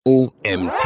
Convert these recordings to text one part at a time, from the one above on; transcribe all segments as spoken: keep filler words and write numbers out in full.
O M T.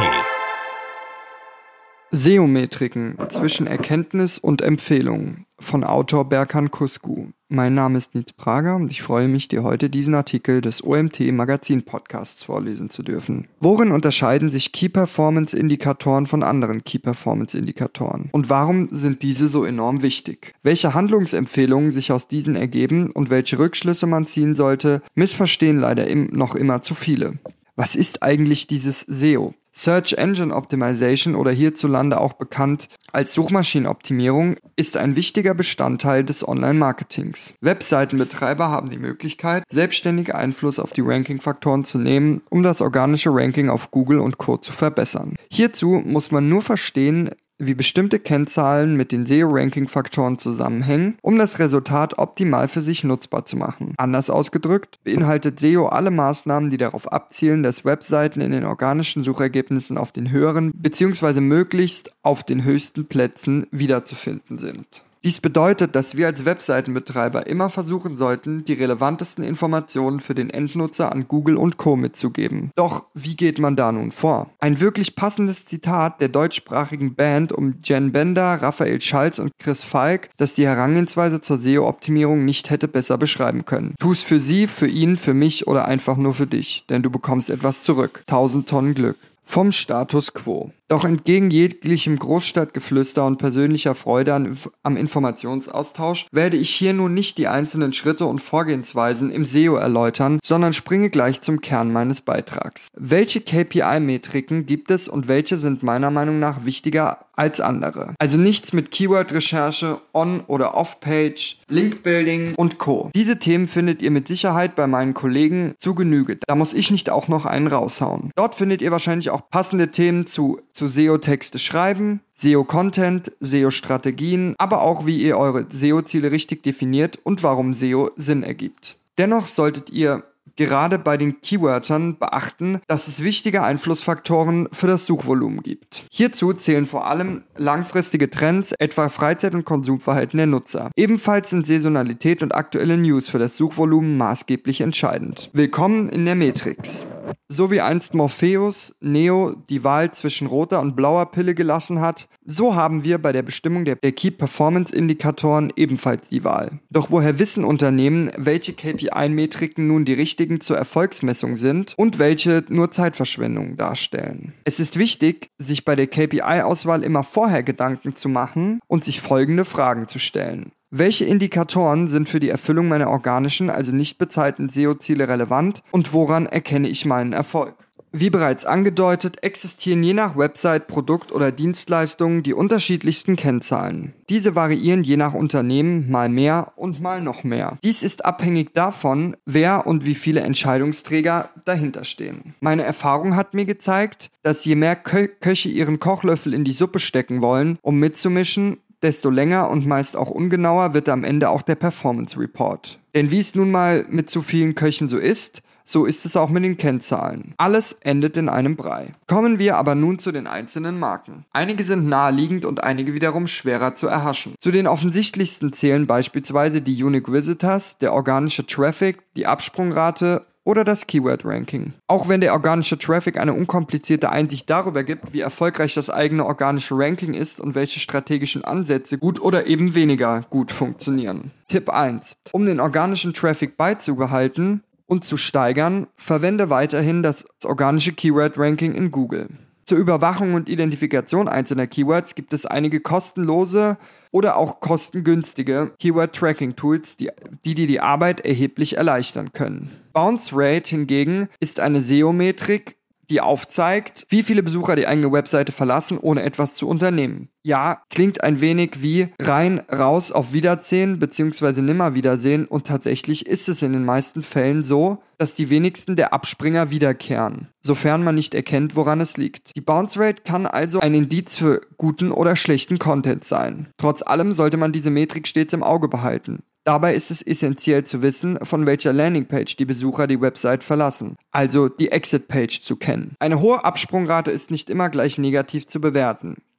S E O-Metriken zwischen Erkenntnis und Empfehlung von Autor Berkan Kusku. Mein Name ist Nils Prager und ich freue mich, dir heute diesen Artikel des O M T-Magazin-Podcasts vorlesen zu dürfen. Worin unterscheiden sich Key-Performance-Indikatoren von anderen Key-Performance-Indikatoren? Und warum sind diese so enorm wichtig? Welche Handlungsempfehlungen sich aus diesen ergeben und welche Rückschlüsse man ziehen sollte, missverstehen leider im, noch immer zu viele. Was ist eigentlich dieses S E O? Search Engine Optimization oder hierzulande auch bekannt als Suchmaschinenoptimierung ist ein wichtiger Bestandteil des Online-Marketings. Webseitenbetreiber haben die Möglichkeit, selbstständig Einfluss auf die Ranking-Faktoren zu nehmen, um das organische Ranking auf Google und Co. zu verbessern. Hierzu muss man nur verstehen, wie bestimmte Kennzahlen mit den S E O-Ranking-Faktoren zusammenhängen, um das Resultat optimal für sich nutzbar zu machen. Anders ausgedrückt, beinhaltet S E O alle Maßnahmen, die darauf abzielen, dass Webseiten in den organischen Suchergebnissen auf den höheren bzw. möglichst auf den höchsten Plätzen wiederzufinden sind. Dies bedeutet, dass wir als Webseitenbetreiber immer versuchen sollten, die relevantesten Informationen für den Endnutzer an Google und Co. mitzugeben. Doch wie geht man da nun vor? Ein wirklich passendes Zitat der deutschsprachigen Band um Jen Bender, Raphael Schalz und Chris Falk, das die Herangehensweise zur S E O-Optimierung nicht hätte besser beschreiben können. Tu es für sie, für ihn, für mich oder einfach nur für dich, denn du bekommst etwas zurück. Tausend Tonnen Glück. Vom Status Quo. Doch entgegen jeglichem Großstadtgeflüster und persönlicher Freude an, am Informationsaustausch werde ich hier nun nicht die einzelnen Schritte und Vorgehensweisen im S E O erläutern, sondern springe gleich zum Kern meines Beitrags. Welche K P I-Metriken gibt es und welche sind meiner Meinung nach wichtiger als andere? Also nichts mit Keyword-Recherche, On- oder Off-Page, Link-Building und Co. Diese Themen findet ihr mit Sicherheit bei meinen Kollegen zu Genüge. Da muss ich nicht auch noch einen raushauen. Dort findet ihr wahrscheinlich auch passende Themen zu zu S E O-Texte schreiben, S E O-Content, S E O-Strategien, aber auch wie ihr eure S E O-Ziele richtig definiert und warum S E O Sinn ergibt. Dennoch solltet ihr gerade bei den Keywörtern beachten, dass es wichtige Einflussfaktoren für das Suchvolumen gibt. Hierzu zählen vor allem langfristige Trends, etwa Freizeit- und Konsumverhalten der Nutzer. Ebenfalls sind Saisonalität und aktuelle News für das Suchvolumen maßgeblich entscheidend. Willkommen in der Matrix. So wie einst Morpheus Neo die Wahl zwischen roter und blauer Pille gelassen hat, so haben wir bei der Bestimmung der, der Key-Performance-Indikatoren ebenfalls die Wahl. Doch woher wissen Unternehmen, welche K P I-Metriken nun die richtigen zur Erfolgsmessung sind und welche nur Zeitverschwendung darstellen? Es ist wichtig, sich bei der K P I-Auswahl immer vorher Gedanken zu machen und sich folgende Fragen zu stellen. Welche Indikatoren sind für die Erfüllung meiner organischen, also nicht bezahlten S E O-Ziele relevant und woran erkenne ich meinen Erfolg? Wie bereits angedeutet, existieren je nach Website, Produkt oder Dienstleistung die unterschiedlichsten Kennzahlen. Diese variieren je nach Unternehmen mal mehr und mal noch mehr. Dies ist abhängig davon, wer und wie viele Entscheidungsträger dahinter stehen. Meine Erfahrung hat mir gezeigt, dass je mehr Kö- Köche ihren Kochlöffel in die Suppe stecken wollen, um mitzumischen, desto länger und meist auch ungenauer wird am Ende auch der Performance Report. Denn wie es nun mal mit zu vielen Köchen so ist, so ist es auch mit den Kennzahlen. Alles endet in einem Brei. Kommen wir aber nun zu den einzelnen Marken. Einige sind naheliegend und einige wiederum schwerer zu erhaschen. Zu den offensichtlichsten zählen beispielsweise die Unique Visitors, der organische Traffic, die Absprungrate oder das Keyword-Ranking. Auch wenn der organische Traffic eine unkomplizierte Einsicht darüber gibt, wie erfolgreich das eigene organische Ranking ist und welche strategischen Ansätze gut oder eben weniger gut funktionieren. Tipp eins. Um den organischen Traffic beizubehalten und zu steigern, verwende weiterhin das organische Keyword-Ranking in Google. Zur Überwachung und Identifikation einzelner Keywords gibt es einige kostenlose oder auch kostengünstige Keyword-Tracking-Tools, die, die dir die Arbeit erheblich erleichtern können. Bounce Rate hingegen ist eine S E O-Metrik, die aufzeigt, wie viele Besucher die eigene Webseite verlassen, ohne etwas zu unternehmen. Ja, klingt ein wenig wie rein, raus, auf Wiedersehen bzw. Nimmerwiedersehen und tatsächlich ist es in den meisten Fällen so, dass die wenigsten der Abspringer wiederkehren, sofern man nicht erkennt, woran es liegt. Die Bounce Rate kann also ein Indiz für guten oder schlechten Content sein. Trotz allem sollte man diese Metrik stets im Auge behalten. Dabei ist es essentiell zu wissen, von welcher Landingpage die Besucher die Website verlassen, also die Exit-Page zu kennen. Eine hohe Absprungrate ist nicht immer gleich negativ zu bewerten.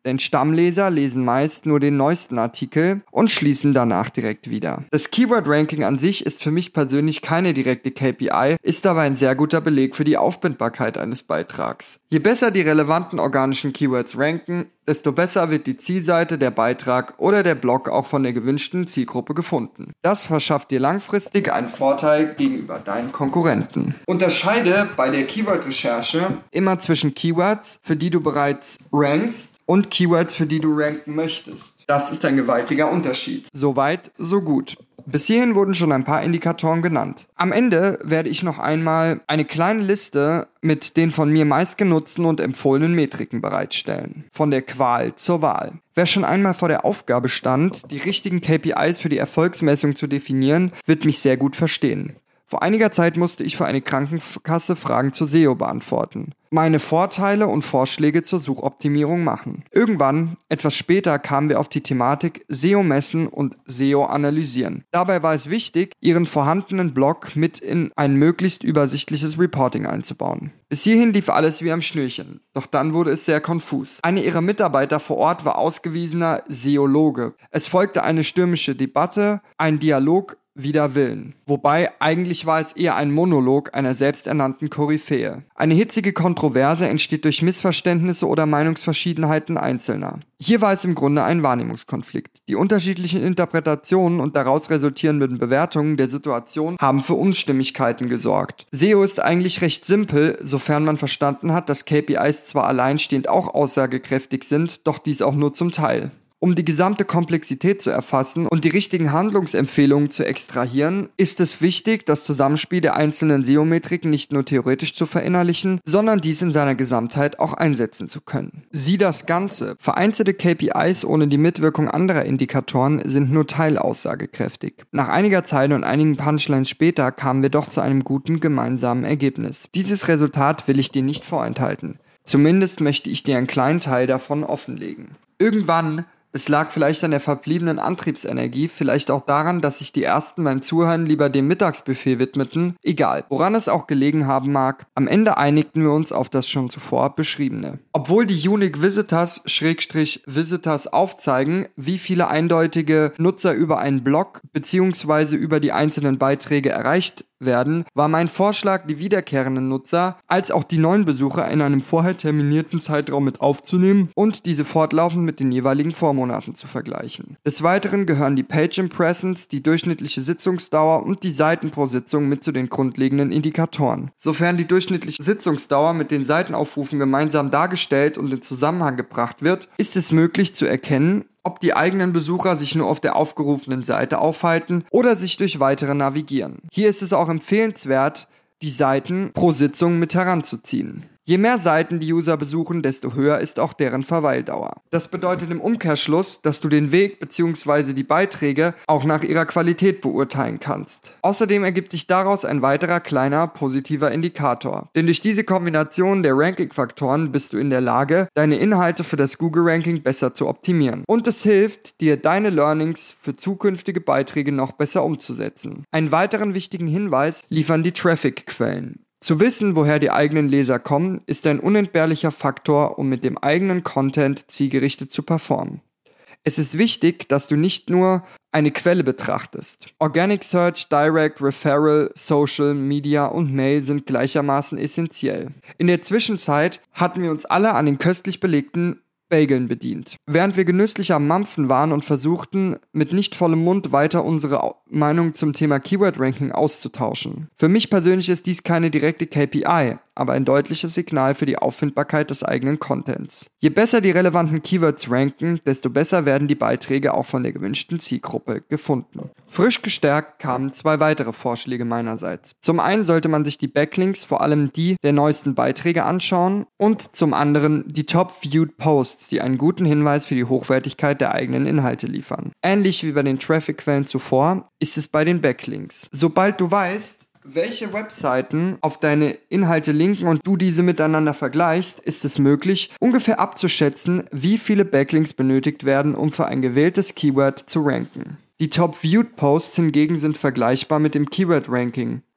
denn Stammleser lesen meist nur den neuesten Artikel und schließen danach direkt wieder. Das Keyword-Ranking an sich ist für mich persönlich keine direkte K P I, ist aber ein sehr guter Beleg für die Auffindbarkeit eines Beitrags. Je besser die relevanten organischen Keywords ranken, desto besser wird die Zielseite, der Beitrag oder der Blog auch von der gewünschten Zielgruppe gefunden. Das verschafft dir langfristig einen Vorteil gegenüber deinen Konkurrenten. Unterscheide bei der Keyword-Recherche immer zwischen Keywords, für die du bereits rankst, und Keywords, für die du ranken möchtest. Das ist ein gewaltiger Unterschied. Soweit, so gut. Bis hierhin wurden schon ein paar Indikatoren genannt. Am Ende werde ich noch einmal eine kleine Liste mit den von mir meistgenutzten und empfohlenen Metriken bereitstellen. Von der Qual zur Wahl. Wer schon einmal vor der Aufgabe stand, die richtigen K P Is für die Erfolgsmessung zu definieren, wird mich sehr gut verstehen. Vor einiger Zeit musste ich für eine Krankenkasse Fragen zur S E O beantworten, meine Vorteile und Vorschläge zur Suchoptimierung machen. Irgendwann, etwas später, kamen wir auf die Thematik S E O messen und S E O analysieren. Dabei war es wichtig, ihren vorhandenen Blog mit in ein möglichst übersichtliches Reporting einzubauen. Bis hierhin lief alles wie am Schnürchen, doch dann wurde es sehr konfus. Einer ihrer Mitarbeiter vor Ort war ausgewiesener Seologe. Es folgte eine stürmische Debatte, ein Dialog wider Willen. Wobei, eigentlich war es eher ein Monolog einer selbsternannten Koryphäe. Eine hitzige Kontroverse entsteht durch Missverständnisse oder Meinungsverschiedenheiten Einzelner. Hier war es im Grunde ein Wahrnehmungskonflikt. Die unterschiedlichen Interpretationen und daraus resultierenden Bewertungen der Situation haben für Unstimmigkeiten gesorgt. S E O ist eigentlich recht simpel, sofern man verstanden hat, dass K P Is zwar alleinstehend auch aussagekräftig sind, doch dies auch nur zum Teil. Um die gesamte Komplexität zu erfassen und die richtigen Handlungsempfehlungen zu extrahieren, ist es wichtig, das Zusammenspiel der einzelnen S E O-Metriken nicht nur theoretisch zu verinnerlichen, sondern dies in seiner Gesamtheit auch einsetzen zu können. Sieh das Ganze. Vereinzelte K P Is ohne die Mitwirkung anderer Indikatoren sind nur teilaussagekräftig. Nach einiger Zeit und einigen Punchlines später kamen wir doch zu einem guten gemeinsamen Ergebnis. Dieses Resultat will ich dir nicht vorenthalten. Zumindest möchte ich dir einen kleinen Teil davon offenlegen. Irgendwann Es lag vielleicht an der verbliebenen Antriebsenergie, vielleicht auch daran, dass sich die Ersten beim Zuhören lieber dem Mittagsbuffet widmeten. Egal, woran es auch gelegen haben mag, am Ende einigten wir uns auf das schon zuvor beschriebene. Obwohl die Unique Visitors Visitors aufzeigen, wie viele eindeutige Nutzer über einen Blog bzw. über die einzelnen Beiträge erreicht werden, war mein Vorschlag, die wiederkehrenden Nutzer als auch die neuen Besucher in einem vorher terminierten Zeitraum mit aufzunehmen und diese fortlaufend mit den jeweiligen Vormonaten zu vergleichen. Des Weiteren gehören die Page Impressions, die durchschnittliche Sitzungsdauer und die Seiten pro Sitzung mit zu den grundlegenden Indikatoren. Sofern die durchschnittliche Sitzungsdauer mit den Seitenaufrufen gemeinsam dargestellt und in Zusammenhang gebracht wird, ist es möglich zu erkennen, ob die eigenen Besucher sich nur auf der aufgerufenen Seite aufhalten oder sich durch weitere navigieren. Hier ist es auch empfehlenswert, die Seiten pro Sitzung mit heranzuziehen. Je mehr Seiten die User besuchen, desto höher ist auch deren Verweildauer. Das bedeutet im Umkehrschluss, dass du den Weg bzw. die Beiträge auch nach ihrer Qualität beurteilen kannst. Außerdem ergibt sich daraus ein weiterer kleiner positiver Indikator. Denn durch diese Kombination der Ranking-Faktoren bist du in der Lage, deine Inhalte für das Google-Ranking besser zu optimieren. Und es hilft dir, deine Learnings für zukünftige Beiträge noch besser umzusetzen. Einen weiteren wichtigen Hinweis liefern die Traffic-Quellen. Zu wissen, woher die eigenen Leser kommen, ist ein unentbehrlicher Faktor, um mit dem eigenen Content zielgerichtet zu performen. Es ist wichtig, dass du nicht nur eine Quelle betrachtest. Organic Search, Direct, Referral, Social, Media und Mail sind gleichermaßen essentiell. In der Zwischenzeit hatten wir uns alle an den köstlich belegten Bageln bedient. Während wir genüsslich am Mampfen waren und versuchten, mit nicht vollem Mund weiter unsere Meinung zum Thema Keyword-Ranking auszutauschen. Für mich persönlich ist dies keine direkte K P I, aber ein deutliches Signal für die Auffindbarkeit des eigenen Contents. Je besser die relevanten Keywords ranken, desto besser werden die Beiträge auch von der gewünschten Zielgruppe gefunden. Frisch gestärkt kamen zwei weitere Vorschläge meinerseits. Zum einen sollte man sich die Backlinks, vor allem die der neuesten Beiträge, anschauen und zum anderen die Top-Viewed Posts, die einen guten Hinweis für die Hochwertigkeit der eigenen Inhalte liefern. Ähnlich wie bei den Traffic-Quellen zuvor ist es bei den Backlinks. Sobald du weißt, welche Webseiten auf deine Inhalte linken und du diese miteinander vergleichst, ist es möglich, ungefähr abzuschätzen, wie viele Backlinks benötigt werden, um für ein gewähltes Keyword zu ranken. Die Top-Viewed Posts hingegen sind vergleichbar mit dem Keyword-Ranking.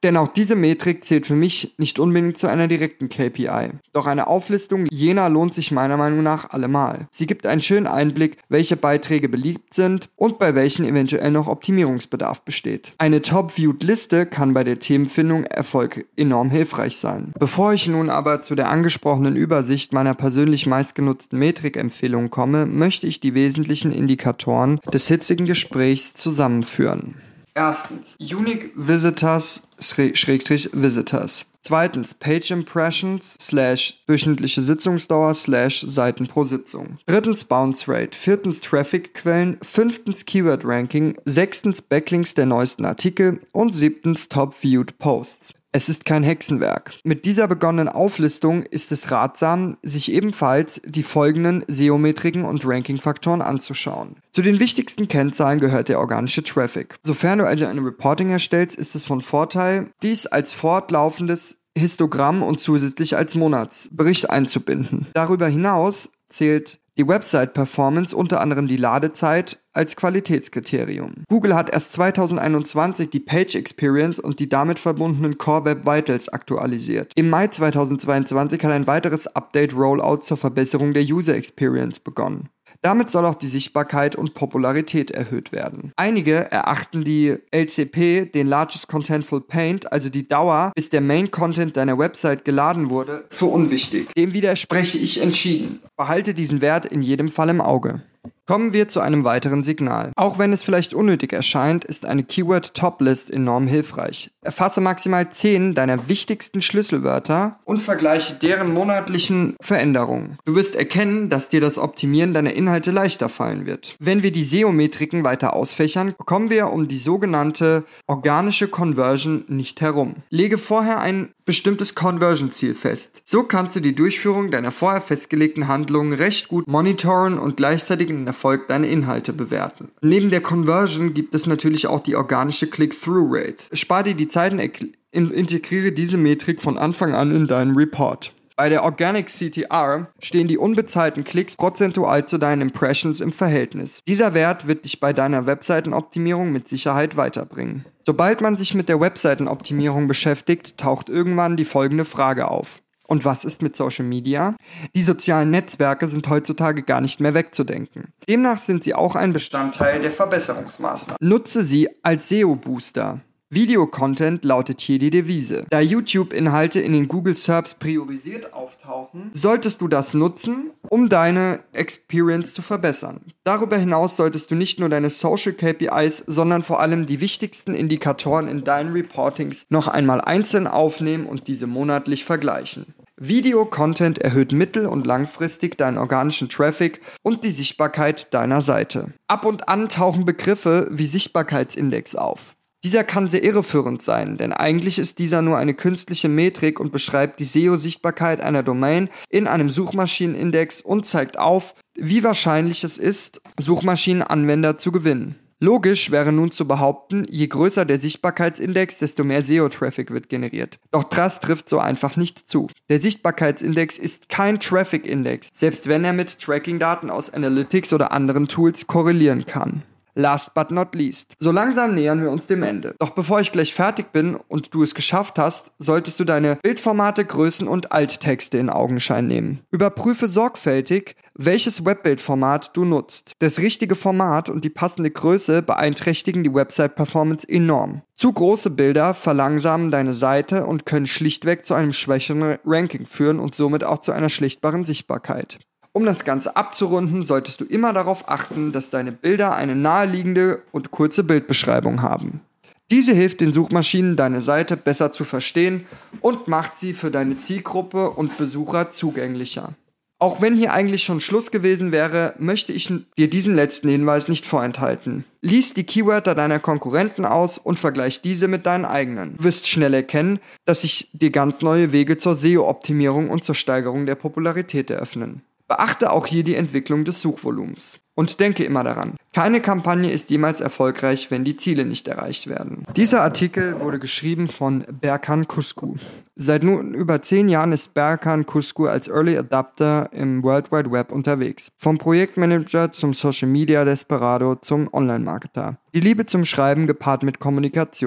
Denn auch diese Metrik zählt für mich nicht unbedingt zu einer direkten K P I. Doch eine Auflistung jener lohnt sich meiner Meinung nach allemal. Sie gibt einen schönen Einblick, welche Beiträge beliebt sind und bei welchen eventuell noch Optimierungsbedarf besteht. Eine Top-Viewed-Liste kann bei der Themenfindung Erfolg enorm hilfreich sein. Bevor ich nun aber zu der angesprochenen Übersicht meiner persönlich meistgenutzten Metrikempfehlungen komme, möchte ich die wesentlichen Indikatoren des hitzigen Gesprächs zusammenführen. Erstens, Unique Visitors Schrägstrich Visitors. Zweitens, Page Impressions slash durchschnittliche Sitzungsdauer slash Seiten pro Sitzung. Drittens, Bounce Rate. Viertens, Traffic-Quellen. Fünftens, Keyword Ranking. Sechstens, Backlinks der neuesten Artikel. Und siebtens, Top Viewed Posts. Es ist kein Hexenwerk. Mit dieser begonnenen Auflistung ist es ratsam, sich ebenfalls die folgenden S E O-Metriken und Ranking-Faktoren anzuschauen. Zu den wichtigsten Kennzahlen gehört der organische Traffic. Sofern du also ein Reporting erstellst, ist es von Vorteil, dies als fortlaufendes Histogramm und zusätzlich als Monatsbericht einzubinden. Darüber hinaus zählt die Website-Performance, unter anderem die Ladezeit, als Qualitätskriterium. Google hat erst zweitausendeinundzwanzig die Page Experience und die damit verbundenen Core Web Vitals aktualisiert. Im Mai zweitausendzweiundzwanzig hat ein weiteres Update-Rollout zur Verbesserung der User Experience begonnen. Damit soll auch die Sichtbarkeit und Popularität erhöht werden. Einige erachten die L C P, den Largest Contentful Paint, also die Dauer, bis der Main-Content deiner Website geladen wurde, für unwichtig. Dem widerspreche ich entschieden. Behalte diesen Wert in jedem Fall im Auge. Kommen wir zu einem weiteren Signal. Auch wenn es vielleicht unnötig erscheint, ist eine Keyword-Top-List enorm hilfreich. Erfasse maximal zehn deiner wichtigsten Schlüsselwörter und vergleiche deren monatlichen Veränderungen. Du wirst erkennen, dass dir das Optimieren deiner Inhalte leichter fallen wird. Wenn wir die S E O-Metriken weiter ausfächern, kommen wir um die sogenannte organische Conversion nicht herum. Lege vorher ein bestimmtes Conversion-Ziel fest. So kannst du die Durchführung deiner vorher festgelegten Handlungen recht gut monitoren und gleichzeitig den Erfolg deiner Inhalte bewerten. Neben der Conversion gibt es natürlich auch die organische Click-Through-Rate. Spar dir die Zeit und integriere diese Metrik von Anfang an in deinen Report. Bei der Organic C T R stehen die unbezahlten Klicks prozentual zu deinen Impressions im Verhältnis. Dieser Wert wird dich bei deiner Webseitenoptimierung mit Sicherheit weiterbringen. Sobald man sich mit der Webseitenoptimierung beschäftigt, taucht irgendwann die folgende Frage auf. Und was ist mit Social Media? Die sozialen Netzwerke sind heutzutage gar nicht mehr wegzudenken. Demnach sind sie auch ein Bestandteil der Verbesserungsmaßnahmen. Nutze sie als S E O-Booster. Video-Content lautet hier die Devise. Da YouTube-Inhalte in den Google Serbs priorisiert auftauchen, solltest du das nutzen, um deine Experience zu verbessern. Darüber hinaus solltest du nicht nur deine Social K P Is, sondern vor allem die wichtigsten Indikatoren in deinen Reportings noch einmal einzeln aufnehmen und diese monatlich vergleichen. Video-Content erhöht mittel- und langfristig deinen organischen Traffic und die Sichtbarkeit deiner Seite. Ab und an tauchen Begriffe wie Sichtbarkeitsindex auf. Dieser kann sehr irreführend sein, denn eigentlich ist dieser nur eine künstliche Metrik und beschreibt die S E O-Sichtbarkeit einer Domain in einem Suchmaschinenindex und zeigt auf, wie wahrscheinlich es ist, Suchmaschinenanwender zu gewinnen. Logisch wäre nun zu behaupten, je größer der Sichtbarkeitsindex, desto mehr S E O-Traffic wird generiert. Doch das trifft so einfach nicht zu. Der Sichtbarkeitsindex ist kein Traffic-Index, selbst wenn er mit Tracking-Daten aus Analytics oder anderen Tools korrelieren kann. Last but not least. So langsam nähern wir uns dem Ende. Doch bevor ich gleich fertig bin und du es geschafft hast, solltest du deine Bildformate, Größen und Alttexte in Augenschein nehmen. Überprüfe sorgfältig, welches Webbildformat du nutzt. Das richtige Format und die passende Größe beeinträchtigen die Website-Performance enorm. Zu große Bilder verlangsamen deine Seite und können schlichtweg zu einem schwächeren Ranking führen und somit auch zu einer schlichtbaren Sichtbarkeit. Um das Ganze abzurunden, solltest du immer darauf achten, dass deine Bilder eine naheliegende und kurze Bildbeschreibung haben. Diese hilft den Suchmaschinen, deine Seite besser zu verstehen und macht sie für deine Zielgruppe und Besucher zugänglicher. Auch wenn hier eigentlich schon Schluss gewesen wäre, möchte ich dir diesen letzten Hinweis nicht vorenthalten. Lies die Keywörter deiner Konkurrenten aus und vergleich diese mit deinen eigenen. Du wirst schnell erkennen, dass sich dir ganz neue Wege zur S E O-Optimierung und zur Steigerung der Popularität eröffnen. Beachte auch hier die Entwicklung des Suchvolumens. Und denke immer daran, keine Kampagne ist jemals erfolgreich, wenn die Ziele nicht erreicht werden. Dieser Artikel wurde geschrieben von Berkan Kusku. Seit nun über zehn Jahren ist Berkan Kusku als Early Adapter im World Wide Web unterwegs. Vom Projektmanager zum Social Media Desperado zum Online-Marketer. Die Liebe zum Schreiben gepaart mit Kommunikation.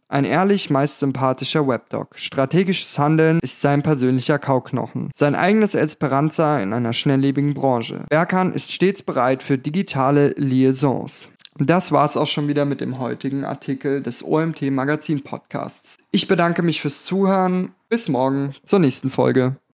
Ein ehrlich, meist sympathischer Webdoc. Strategisches Handeln ist sein persönlicher Kauknochen. Sein eigenes Esperanza in einer schnelllebigen Branche. Berkan ist stets bereit für digitale Liaisons. Das war's auch schon wieder mit dem heutigen Artikel des O M T Magazin Podcasts. Ich bedanke mich fürs Zuhören. Bis morgen zur nächsten Folge.